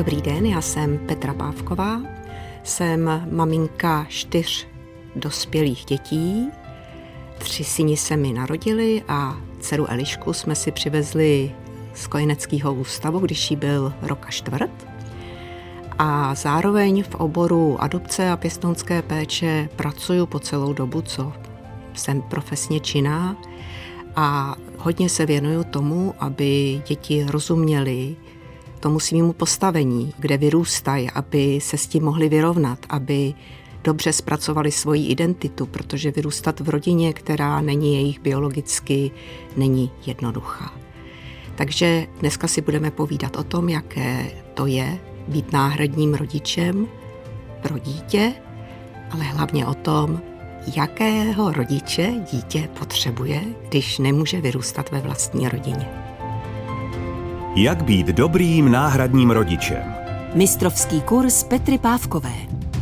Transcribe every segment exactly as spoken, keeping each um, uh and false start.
Dobrý den, já jsem Petra Pávková, jsem maminka čtyř dospělých dětí, tři syni se mi narodili a dceru Elišku jsme si přivezli z kojeneckého ústavu, když jí byl rok a čtvrt. A zároveň v oboru adopce a pěstounské péče pracuji po celou dobu, co jsem profesně činná, a hodně se věnuju tomu, aby děti rozuměly tomu svýmu postavení, kde vyrůstají, aby se s tím mohli vyrovnat, aby dobře zpracovali svoji identitu, protože vyrůstat v rodině, která není jejich biologicky, není jednoduchá. Takže dneska si budeme povídat o tom, jaké to je být náhradním rodičem pro dítě, ale hlavně o tom, jakého rodiče dítě potřebuje, když nemůže vyrůstat ve vlastní rodině. Jak být dobrým náhradním rodičem? Mistrovský kurz Petry Pávkové.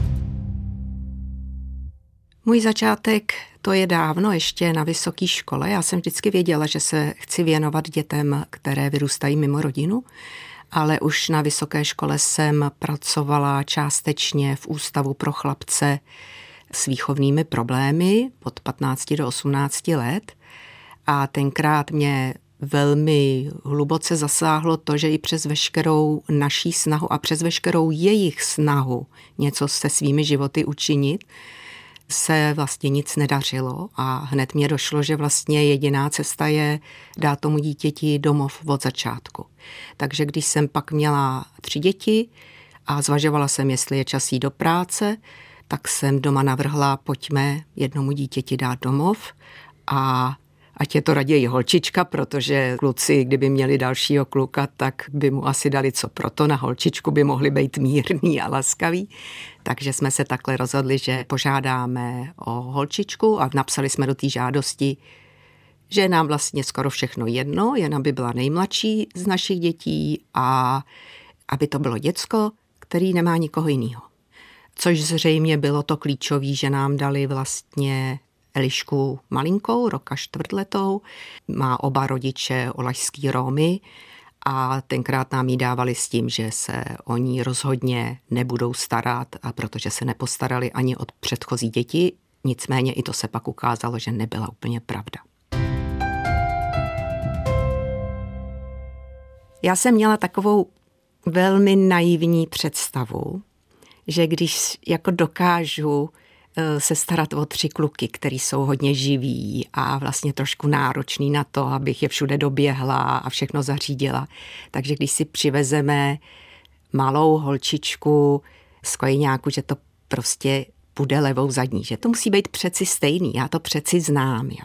Můj začátek, to je dávno ještě na vysoké škole. Já jsem vždycky věděla, že se chci věnovat dětem, které vyrůstají mimo rodinu, ale už na vysoké škole jsem pracovala částečně v ústavu pro chlapce s výchovnými problémy od patnácti do osmnácti let a tenkrát mě velmi hluboce zasáhlo to, že i přes veškerou naší snahu a přes veškerou jejich snahu něco se svými životy učinit, se vlastně nic nedařilo a hned mě došlo, že vlastně jediná cesta je dát tomu dítěti domov od začátku. Takže když jsem pak měla tři děti a zvažovala jsem, jestli je čas jít do práce, tak jsem doma navrhla, pojďme jednomu dítěti dát domov a ať je to raději holčička, protože kluci, kdyby měli dalšího kluka, tak by mu asi dali co proto, na holčičku by mohli být mírný a laskavý. Takže jsme se takhle rozhodli, že požádáme o holčičku a napsali jsme do té žádosti, že je nám vlastně skoro všechno jedno, jen aby byla nejmladší z našich dětí a aby to bylo děcko, který nemá nikoho jiného. Což zřejmě bylo to klíčové, že nám dali vlastně Elišku malinkou, roka čtvrtletou, má oba rodiče olašský Rómy a tenkrát nám ji dávali s tím, že se o ní rozhodně nebudou starat, a protože se nepostarali ani od předchozí děti, nicméně i to se pak ukázalo, že nebyla úplně pravda. Já jsem měla takovou velmi naivní představu, že když jako dokážu se starat o tři kluky, který jsou hodně živí a vlastně trošku náročný na to, abych je všude doběhla a všechno zařídila. Takže když si přivezeme malou holčičku z kojeňáku, že to prostě půjde levou zadní, že to musí být přeci stejný, já to přeci znám. Jo.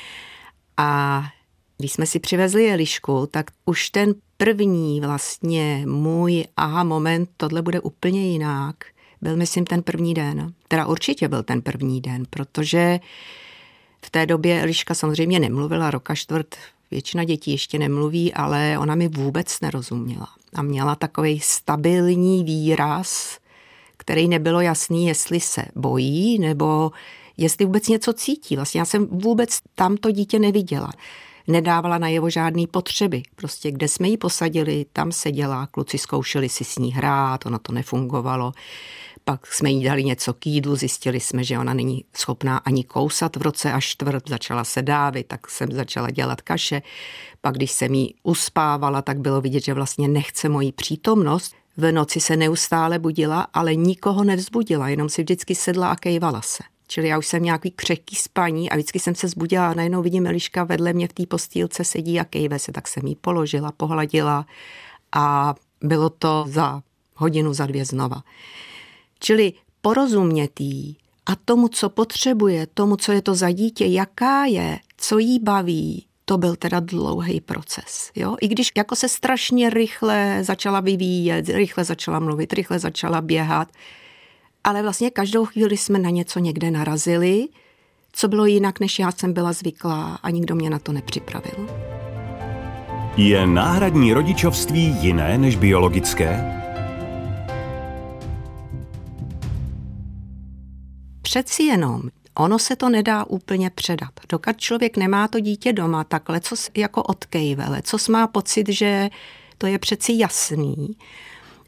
A když jsme si přivezli Elišku, tak už ten první vlastně můj aha moment, tohle bude úplně jinak, byl, myslím, ten první den. Teda určitě byl ten první den, protože v té době Eliška samozřejmě nemluvila, roka čtvrt, většina dětí ještě nemluví, ale ona mi vůbec nerozuměla. A měla takový stabilní výraz, který nebylo jasný, jestli se bojí, nebo jestli vůbec něco cítí. Vlastně já jsem vůbec tam to dítě neviděla. Nedávala najevo žádný potřeby. Prostě kde jsme ji posadili, tam seděla, kluci zkoušeli si s ní hrát, ono to nefungovalo. Pak jsme jí dali něco k jídlu, zjistili jsme, že ona není schopná ani kousat v roce a čtvrt, začala se dávit, tak jsem začala dělat kaše. Pak když jsem jí uspávala, tak bylo vidět, že vlastně nechce moji přítomnost. V noci se neustále budila, ale nikoho nevzbudila, jenom si vždycky sedla a kejvala se. Čili já už jsem nějaký křehký spaní a vždycky jsem se zbudila a najednou vidím Eliška vedle mě v té postýlce sedí a kejve se, tak jsem jí položila, pohladila a bylo to za hodinu, za dvě znova. Čili porozumět jí a tomu, co potřebuje, tomu, co je to za dítě, jaká je, co jí baví, to byl teda dlouhý proces. Jo? I když jako se strašně rychle začala vyvíjet, rychle začala mluvit, rychle začala běhat, ale vlastně každou chvíli jsme na něco někde narazili, co bylo jinak, než já jsem byla zvyklá a nikdo mě na to nepřipravil. Je náhradní rodičovství jiné než biologické? Přeci jenom, ono se to nedá úplně předat. Dokud člověk nemá to dítě doma, tak lecos jako odkejve, lecos má pocit, že to je přeci jasný.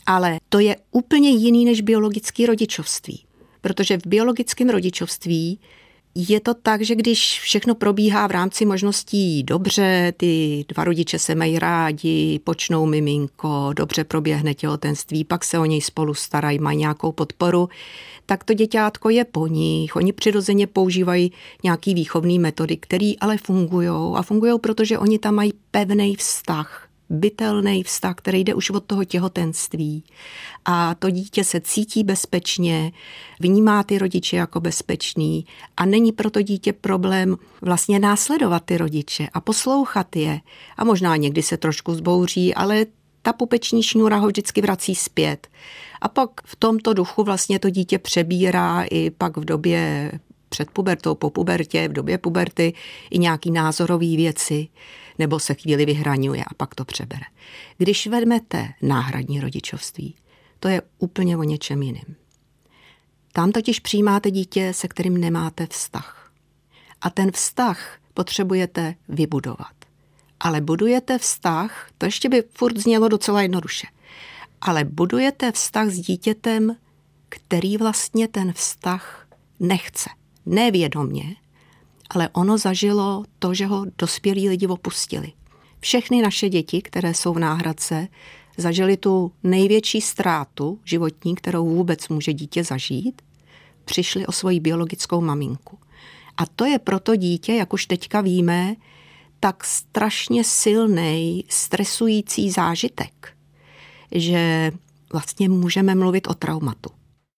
Ale to je úplně jiný než biologické rodičovství. Protože v biologickém rodičovství je to tak, že když všechno probíhá v rámci možností dobře, ty dva rodiče se mají rádi, počnou miminko, dobře proběhne těhotenství, pak se o něj spolu starají, mají nějakou podporu, tak to děťátko je po nich. Oni přirozeně používají nějaký výchovný metody, které ale fungují. A fungují, protože oni tam mají pevný vztah, bytelný vztah, který jde už od toho těhotenství. A to dítě se cítí bezpečně, vnímá ty rodiče jako bezpečný a není pro to dítě problém vlastně následovat ty rodiče a poslouchat je. A možná někdy se trošku zbouří, ale ta pupeční šňůra ho vždycky vrací zpět. A pak v tomto duchu vlastně to dítě přebírá i pak v době před pubertou, po pubertě, v době puberty i nějaký názorový věci, nebo se chvíli vyhraňuje a pak to přebere. Když vezmete náhradní rodičovství, to je úplně o něčem jiném. Tam totiž přijímáte dítě, se kterým nemáte vztah. A ten vztah potřebujete vybudovat. Ale budujete vztah, to ještě by furt znělo docela jednoduše, ale budujete vztah s dítětem, který vlastně ten vztah nechce. Nevědomně, ale ono zažilo to, že ho dospělí lidi opustili. Všechny naše děti, které jsou v náhradce, zažili tu největší ztrátu životní, kterou vůbec může dítě zažít, přišli o svoji biologickou maminku. A to je pro to dítě, jak už teďka víme, tak strašně silný, stresující zážitek, že vlastně můžeme mluvit o traumatu.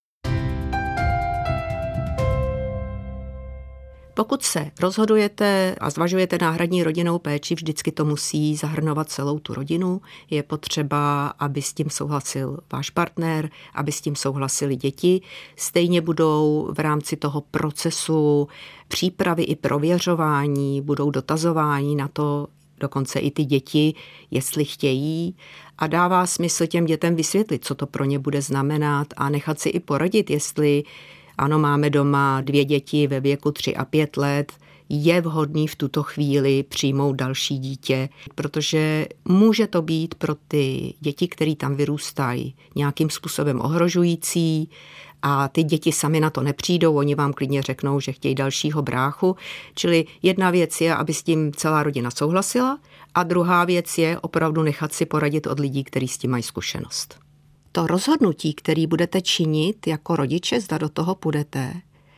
Pokud se rozhodujete a zvažujete náhradní rodinnou péči, vždycky to musí zahrnovat celou tu rodinu. Je potřeba, aby s tím souhlasil váš partner, aby s tím souhlasili děti. Stejně budou v rámci toho procesu přípravy i prověřování, budou dotazování na to, dokonce i ty děti, jestli chtějí. A dává smysl těm dětem vysvětlit, co to pro ně bude znamenat a nechat si i poradit, jestli ano, máme doma dvě děti ve věku tři a pět let, je vhodný v tuto chvíli přijmout další dítě, protože může to být pro ty děti, které tam vyrůstají, nějakým způsobem ohrožující a ty děti sami na to nepřijdou, oni vám klidně řeknou, že chtějí dalšího bráchu. Čili jedna věc je, aby s tím celá rodina souhlasila a druhá věc je opravdu nechat si poradit od lidí, kteří s tím mají zkušenost. To rozhodnutí, který budete činit jako rodiče, zda do toho půjdete,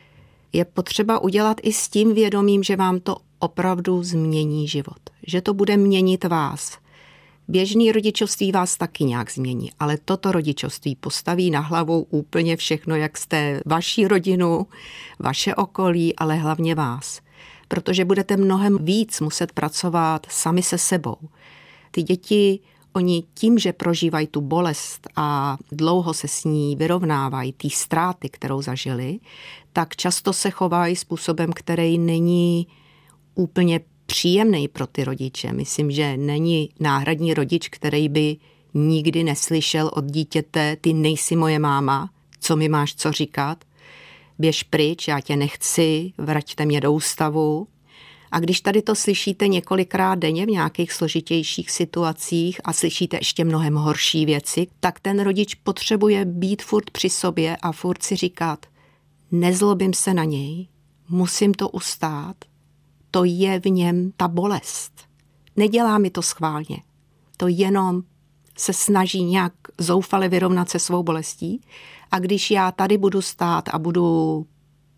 je potřeba udělat i s tím vědomím, že vám to opravdu změní život. Že to bude měnit vás. Běžný rodičovství vás taky nějak změní, ale toto rodičovství postaví na hlavu úplně všechno, jak jste vaši rodinu, vaše okolí, ale hlavně vás. Protože budete mnohem víc muset pracovat sami se sebou. Ty děti Oni tím, že prožívají tu bolest a dlouho se s ní vyrovnávají, ty ztráty, kterou zažili, tak často se chovají způsobem, který není úplně příjemný pro ty rodiče. Myslím, že není náhradní rodič, který by nikdy neslyšel od dítěte, ty nejsi moje máma, co mi máš co říkat, běž pryč, já tě nechci, vraťte mě do ústavu. A když tady to slyšíte několikrát denně v nějakých složitějších situacích a slyšíte ještě mnohem horší věci, tak ten rodič potřebuje být furt při sobě a furt si říkat, nezlobím se na něj, musím to ustát, to je v něm ta bolest. Nedělá mi to schválně, to jenom se snaží nějak zoufale vyrovnat se svou bolestí a když já tady budu stát a budu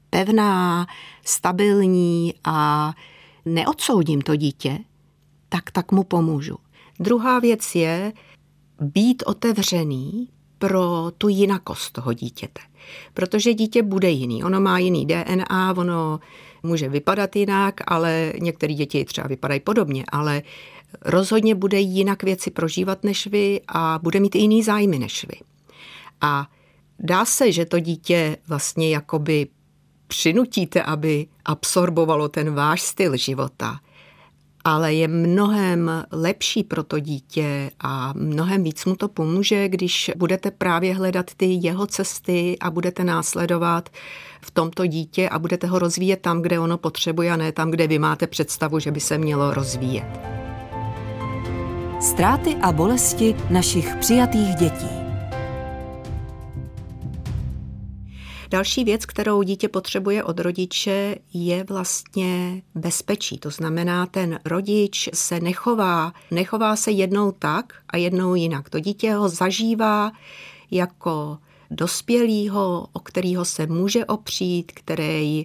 pevná, stabilní a neodsoudím to dítě, tak tak mu pomůžu. Druhá věc je být otevřený pro tu jinakost toho dítěte. Protože dítě bude jiný. Ono má jiný D N A, ono může vypadat jinak, ale některé děti třeba vypadají podobně, ale rozhodně bude jinak věci prožívat než vy a bude mít jiný zájmy než vy. A dá se, že to dítě vlastně jakoby přinutíte, aby absorbovalo ten váš styl života, ale je mnohem lepší pro to dítě a mnohem víc mu to pomůže, když budete právě hledat ty jeho cesty a budete následovat v tomto dítě a budete ho rozvíjet tam, kde ono potřebuje a ne tam, kde vy máte představu, že by se mělo rozvíjet. Ztráty a bolesti našich přijatých dětí. Další věc, kterou dítě potřebuje od rodiče, je vlastně bezpečí. To znamená, ten rodič se nechová, nechová se jednou tak a jednou jinak. To dítě ho zažívá jako dospělýho, o kterého se může opřít, který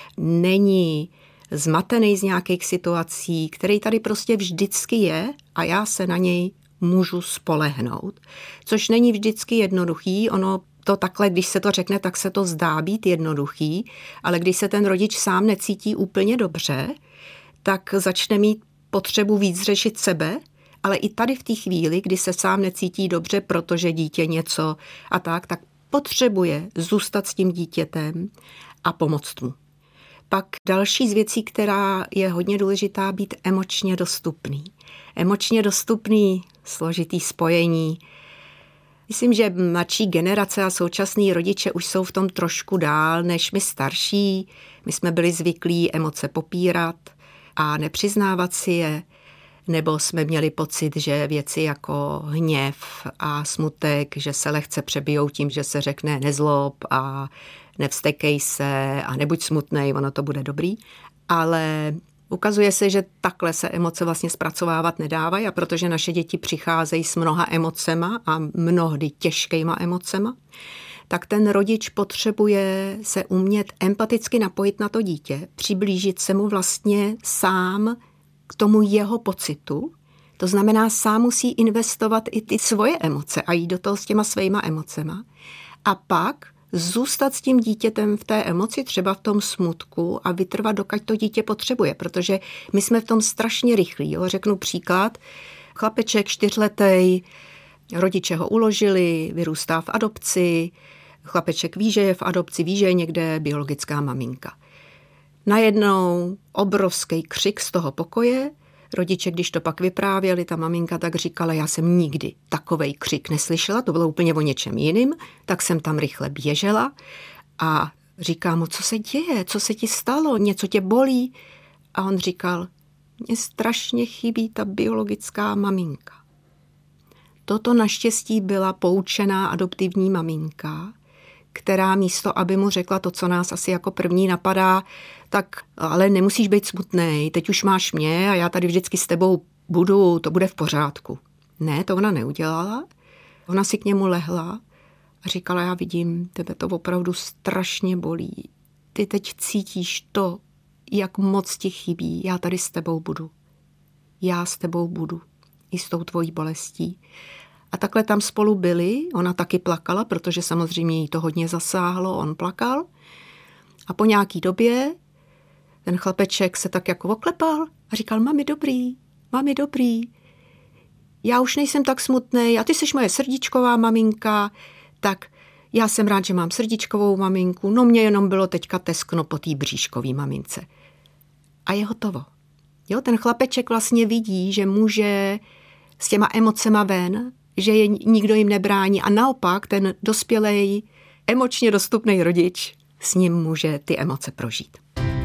není zmatený z nějakých situací, který tady prostě vždycky je a já se na něj můžu spolehnout. Což není vždycky jednoduchý, ono to takhle, když se to řekne, tak se to zdá být jednoduchý, ale když se ten rodič sám necítí úplně dobře, tak začne mít potřebu víc řešit sebe, ale i tady v té chvíli, kdy se sám necítí dobře, protože dítě něco a tak, tak potřebuje zůstat s tím dítětem a pomoct mu. Pak další z věcí, která je hodně důležitá, být emočně dostupný. Emočně dostupný, složitý spojení. Myslím, že mladší generace a současní rodiče už jsou v tom trošku dál než my starší. My jsme byli zvyklí emoce popírat a nepřiznávat si je, nebo jsme měli pocit, že věci jako hněv a smutek, že se lehce přebijou tím, že se řekne nezlob a nevstekej se a nebuď smutnej, ono to bude dobrý. Ale ukazuje se, že takhle se emoce vlastně zpracovávat nedávají a protože naše děti přicházejí s mnoha emocema a mnohdy těžkýma emocema, tak ten rodič potřebuje se umět empaticky napojit na to dítě, přiblížit se mu vlastně sám k tomu jeho pocitu. To znamená, sám musí investovat i ty svoje emoce a jít do toho s těma svýma emocema. A pak zůstat s tím dítětem v té emoci, třeba v tom smutku a vytrvat, dokud to dítě potřebuje, protože my jsme v tom strašně rychlí. Jo? Řeknu příklad, chlapeček čtyřletej, rodiče ho uložili, vyrůstá v adopci, chlapeček ví, že je v adopci, ví, že je někde biologická maminka. Najednou obrovský křik z toho pokoje, rodiče, když to pak vyprávěli, ta maminka tak říkala, já jsem nikdy takovej křik neslyšela, to bylo úplně o něčem jiným, tak jsem tam rychle běžela a říká mu, co se děje, co se ti stalo, něco tě bolí. A on říkal, mně strašně chybí ta biologická maminka. Toto naštěstí byla poučená adoptivní maminka, která místo, aby mu řekla to, co nás asi jako první napadá, tak ale nemusíš být smutnej, teď už máš mě a já tady vždycky s tebou budu, to bude v pořádku. Ne, to ona neudělala. Ona si k němu lehla a říkala, já vidím, tebe to opravdu strašně bolí. Ty teď cítíš to, jak moc ti chybí, já tady s tebou budu. Já s tebou budu i s tou tvojí bolestí. A takhle tam spolu byli, ona taky plakala, protože samozřejmě jí to hodně zasáhlo, on plakal. A po nějaký době ten chlapeček se tak jako oklepal a říkal, mami dobrý, mami dobrý, já už nejsem tak smutnej a ty jsi moje srdíčková maminka, tak já jsem rád, že mám srdíčkovou maminku, no mě jenom bylo teďka teskno po té bříškový mamince. A je hotovo. Jo, ten chlapeček vlastně vidí, že může s těma emocema ven, že je nikdo jim nebrání a naopak ten dospělej, emočně dostupný rodič s ním může ty emoce prožít.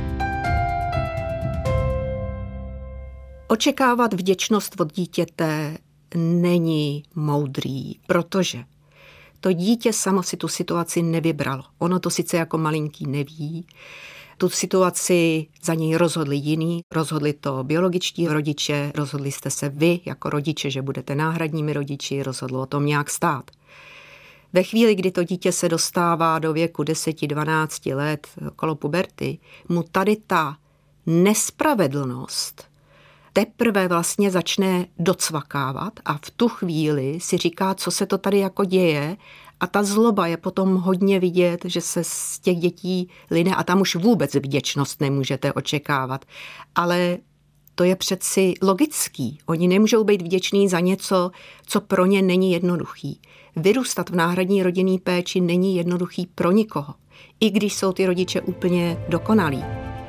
Očekávat vděčnost od dítěte není moudrý, protože to dítě samo si tu situaci nevybralo. Ono to sice jako malinký neví, tu situaci za něj rozhodli jiný, rozhodli to biologičtí rodiče, rozhodli jste se vy jako rodiče, že budete náhradními rodiči, rozhodlo o tom nějak stát. Ve chvíli, kdy to dítě se dostává do věku deset dvanáct let okolo puberty, mu tady ta nespravedlnost teprve vlastně začne docvakávat a v tu chvíli si říká, co se to tady jako děje a ta zloba je potom hodně vidět, že se z těch dětí line a tam už vůbec vděčnost nemůžete očekávat. Ale to je přeci logický. Oni nemůžou být vděční za něco, co pro ně není jednoduchý. Vyrůstat v náhradní rodinné péči není jednoduchý pro nikoho, i když jsou ty rodiče úplně dokonalí.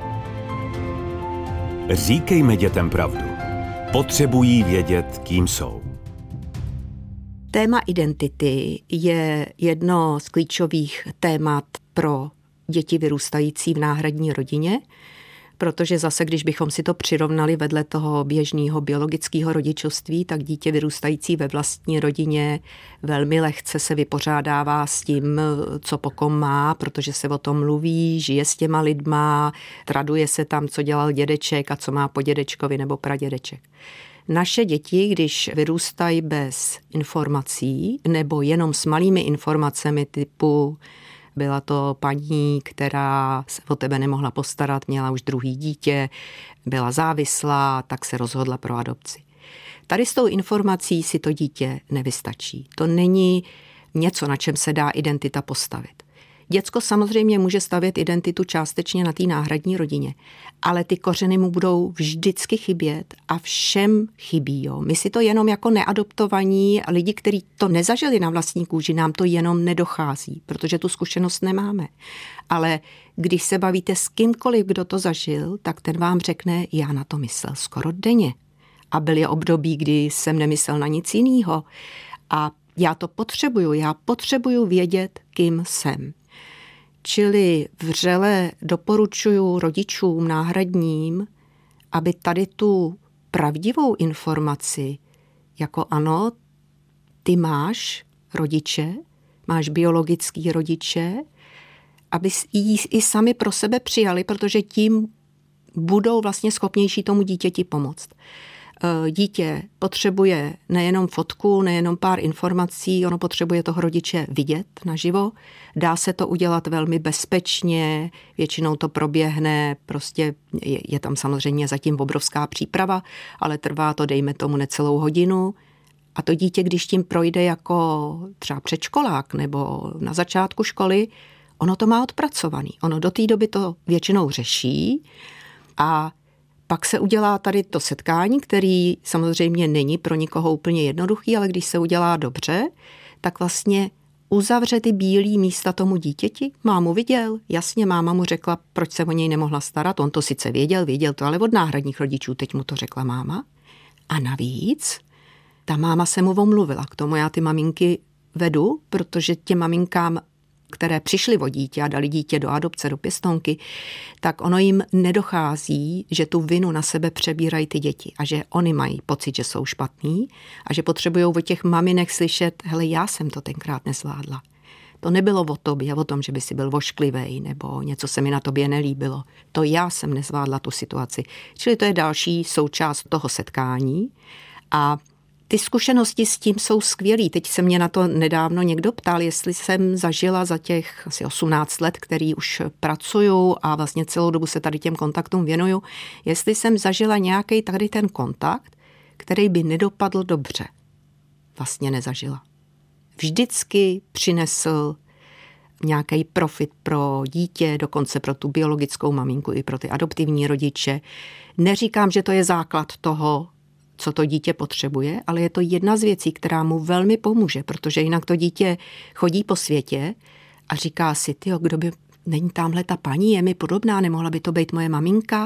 Říkejme dětem pravdu. Potřebují vědět, kým jsou. Téma identity je jedno z klíčových témat pro děti vyrůstající v náhradní rodině, protože zase, když bychom si to přirovnali vedle toho běžného biologického rodičovství, tak dítě vyrůstající ve vlastní rodině velmi lehce se vypořádává s tím, co po kom má, protože se o tom mluví, žije s těma lidma, traduje se tam, co dělal dědeček a co má po dědečkovi nebo pradědeček. Naše děti, když vyrůstají bez informací nebo jenom s malými informacemi typu byla to paní, která se o tebe nemohla postarat, měla už druhý dítě, byla závislá, tak se rozhodla pro adopci. Tady s tou informací si to dítě nevystačí. To není něco, na čem se dá identita postavit. Děcko samozřejmě může stavět identitu částečně na té náhradní rodině, ale ty kořeny mu budou vždycky chybět a všem chybí. Jo. My si to jenom jako neadoptovaní lidi, kteří to nezažili na vlastní kůži, nám to jenom nedochází, protože tu zkušenost nemáme. Ale když se bavíte s kýmkoliv, kdo to zažil, tak ten vám řekne, já na to myslel skoro denně. A byly období, kdy jsem nemyslel na nic jiného. A já to potřebuju, já potřebuju vědět, kým jsem. Čili vřele doporučuju rodičům náhradním, aby tady tu pravdivou informaci, jako ano, ty máš rodiče, máš biologický rodiče, aby ji i sami pro sebe přijali, protože tím budou vlastně schopnější tomu dítěti pomoct. Dítě potřebuje nejenom fotku, nejenom pár informací, ono potřebuje toho rodiče vidět naživo. Dá se to udělat velmi bezpečně, většinou to proběhne, prostě je, je tam samozřejmě zatím obrovská příprava, ale trvá to, dejme tomu, necelou hodinu. A to dítě, když tím projde jako třeba předškolák nebo na začátku školy, ono to má odpracovaný. Ono do té doby to většinou řeší a pak se udělá tady to setkání, který samozřejmě není pro nikoho úplně jednoduchý, ale když se udělá dobře, tak vlastně uzavře ty bílý místa tomu dítěti. Mámu viděl, jasně, máma mu řekla, proč se o něj nemohla starat. On to sice věděl, věděl to, ale od náhradních rodičů, teď mu to řekla máma. A navíc ta máma se mu omluvila. K tomu já ty maminky vedu, protože těm maminkám, které přišly o dítě a dali dítě do adopce, do pěstounky, tak ono jim nedochází, že tu vinu na sebe přebírají ty děti a že oni mají pocit, že jsou špatný a že potřebují od těch maminek slyšet, hele, já jsem to tenkrát nezvládla. To nebylo o tobě, o tom, že by si byl vošklivej nebo něco se mi na tobě nelíbilo. To já jsem nezvládla tu situaci. Čili to je další součást toho setkání a ty zkušenosti s tím jsou skvělý. Teď se mě na to nedávno někdo ptal, jestli jsem zažila za těch asi osmnáct let, který už pracuju a vlastně celou dobu se tady těm kontaktům věnuju, jestli jsem zažila nějaký tady ten kontakt, který by nedopadl dobře. Vlastně nezažila. Vždycky přinesl nějaký profit pro dítě, dokonce pro tu biologickou maminku i pro ty adoptivní rodiče. Neříkám, že to je základ toho, co to dítě potřebuje, ale je to jedna z věcí, která mu velmi pomůže, protože jinak to dítě chodí po světě a říká si, tyjo, kdo by, není tamhle ta paní, je mi podobná, nemohla by to být moje maminka?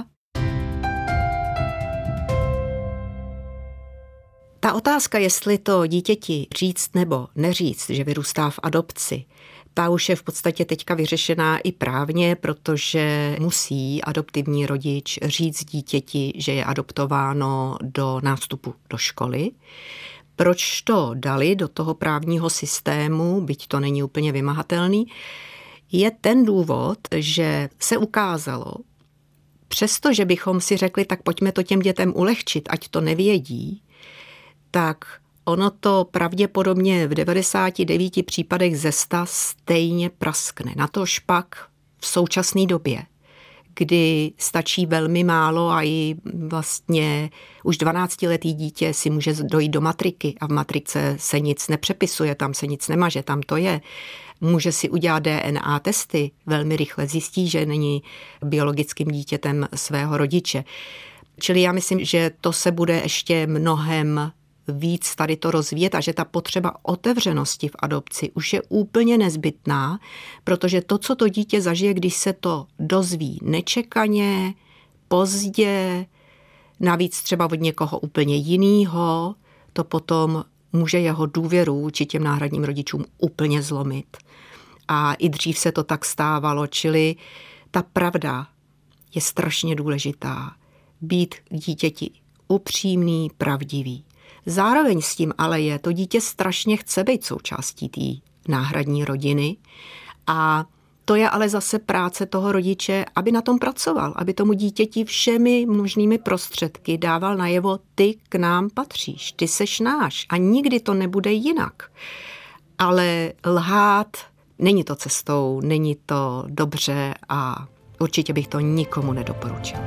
Ta otázka, jestli to dítěti říct nebo neříct, že vyrůstá v adopci, ta už je v podstatě teďka vyřešená i právně, protože musí adoptivní rodič říct dítěti, že je adoptováno do nástupu do školy. Proč to dali do toho právního systému, byť to není úplně vymahatelný, je ten důvod, že se ukázalo, přestože bychom si řekli, tak pojďme to těm dětem ulehčit, ať to nevědí, tak ono to pravděpodobně v devadesáti devíti případech ze sta stejně praskne. Natož pak v současné době, kdy stačí velmi málo a i vlastně už dvanáctiletý dítě si může dojít do matriky a v matrice se nic nepřepisuje, tam se nic nemaže, tam to je. Může si udělat D N A testy, velmi rychle zjistí, že není biologickým dítětem svého rodiče. Čili já myslím, že to se bude ještě mnohem víc tady to rozvíjet a že ta potřeba otevřenosti v adopci už je úplně nezbytná, protože to, co to dítě zažije, když se to dozví nečekaně, pozdě, navíc třeba od někoho úplně jinýho, to potom může jeho důvěru vůči těm náhradním rodičům úplně zlomit. A i dřív se to tak stávalo, čili ta pravda je strašně důležitá. Být dítěti upřímný, pravdivý. Zároveň s tím ale je, to dítě strašně chce být součástí té náhradní rodiny a to je ale zase práce toho rodiče, aby na tom pracoval, aby tomu dítěti všemi možnými prostředky dával najevo, ty k nám patříš, ty seš náš a nikdy to nebude jinak. Ale lhát není to cestou, není to dobře a určitě bych to nikomu nedoporučil.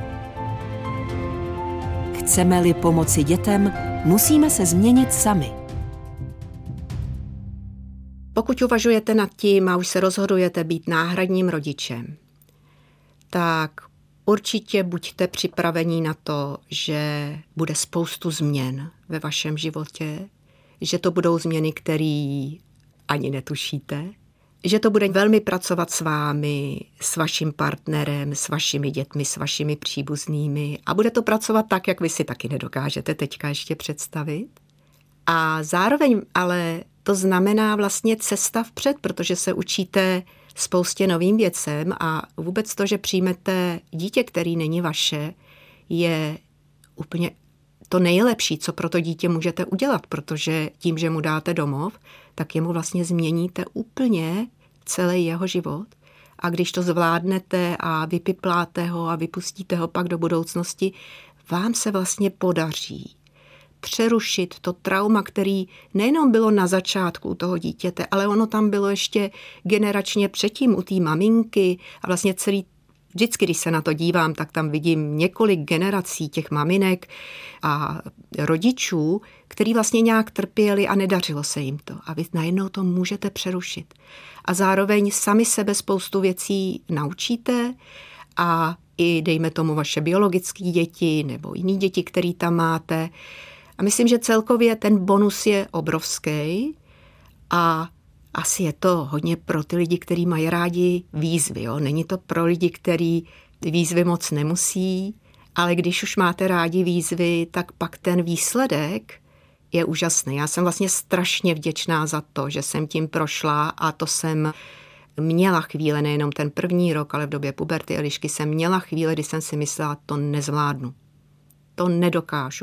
Chceme-li pomoci dětem, musíme se změnit sami. Pokud uvažujete nad tím a už se rozhodujete být náhradním rodičem, tak určitě buďte připravení na to, že bude spoustu změn ve vašem životě, že to budou změny, které ani netušíte, že to bude velmi pracovat s vámi, s vaším partnerem, s vašimi dětmi, s vašimi příbuznými a bude to pracovat tak, jak vy si taky nedokážete teďka ještě představit. A zároveň ale to znamená vlastně cesta vpřed, protože se učíte spoustě novým věcem a vůbec to, že přijmete dítě, který není vaše, je úplně to nejlepší, co pro to dítě můžete udělat, protože tím, že mu dáte domov, tak jemu vlastně změníte úplně celý jeho život. A když to zvládnete a vypipláte ho a vypustíte ho pak do budoucnosti, vám se vlastně podaří přerušit to trauma, který nejenom bylo na začátku toho dítěte, ale ono tam bylo ještě generačně předtím u té maminky a vlastně celý vždycky, když se na to dívám, tak tam vidím několik generací těch maminek a rodičů, který vlastně nějak trpěli a nedařilo se jim to. A vy najednou to můžete přerušit. A zároveň sami sebe spoustu věcí naučíte a i dejme tomu vaše biologické děti nebo jiný děti, který tam máte. A myslím, že celkově ten bonus je obrovský a asi je to hodně pro ty lidi, kteří mají rádi výzvy. Jo? Není to pro lidi, kteří výzvy moc nemusí, ale když už máte rádi výzvy, tak pak ten výsledek je úžasný. Já jsem vlastně strašně vděčná za to, že jsem tím prošla a to jsem měla chvíle, nejenom ten první rok, ale v době puberty Elišky jsem měla chvíle, kdy jsem si myslela, to nezvládnu. To nedokážu.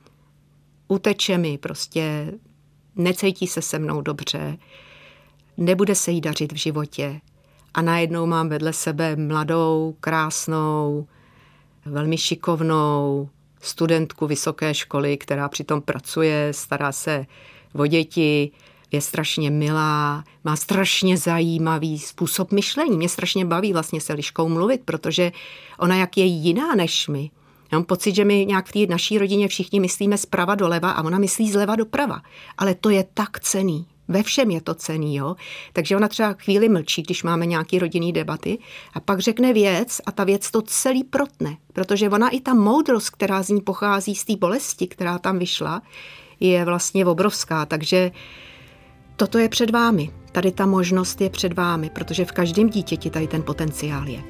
Uteče mi, prostě necítí se se mnou dobře, nebude se jí dařit v životě a najednou mám vedle sebe mladou, krásnou, velmi šikovnou studentku vysoké školy, která přitom pracuje, stará se o děti, je strašně milá, má strašně zajímavý způsob myšlení. Mě strašně baví vlastně se Liškou mluvit, protože ona jak je jiná než my. Já mám pocit, že my nějak v té naší rodině všichni myslíme zprava doleva a ona myslí zleva doprava. Ale to je tak cenný. Ve všem je to cenný, jo. Takže ona třeba chvíli mlčí, když máme nějaký rodinný debaty a pak řekne věc a ta věc to celý protne. Protože ona i ta moudrost, která z ní pochází z té bolesti, která tam vyšla, je vlastně obrovská. Takže toto je před vámi. Tady ta možnost je před vámi, protože v každém dítěti tady ten potenciál je.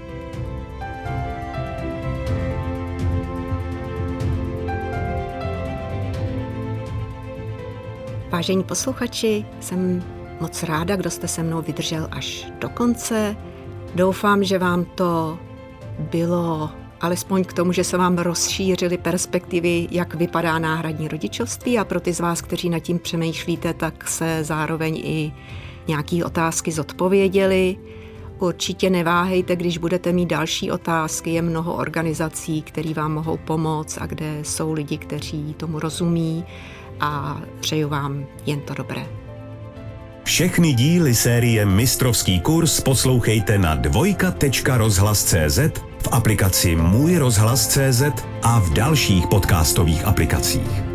Vážení posluchači, jsem moc ráda, kdo jste se mnou vydržel až do konce. Doufám, že vám to bylo alespoň k tomu, že se vám rozšířily perspektivy, jak vypadá náhradní rodičovství a pro ty z vás, kteří nad tím přemýšlíte, tak se zároveň i nějaké otázky zodpověděli. Určitě neváhejte, když budete mít další otázky, je mnoho organizací, které vám mohou pomoct a kde jsou lidi, kteří tomu rozumí. A přeju vám jen to dobré. Všechny díly série Mistrovský kurz poslouchejte na dvojka tečka rozhlas tečka cé zet, v aplikaci Můj rozhlas tečka cé zet a v dalších podcastových aplikacích.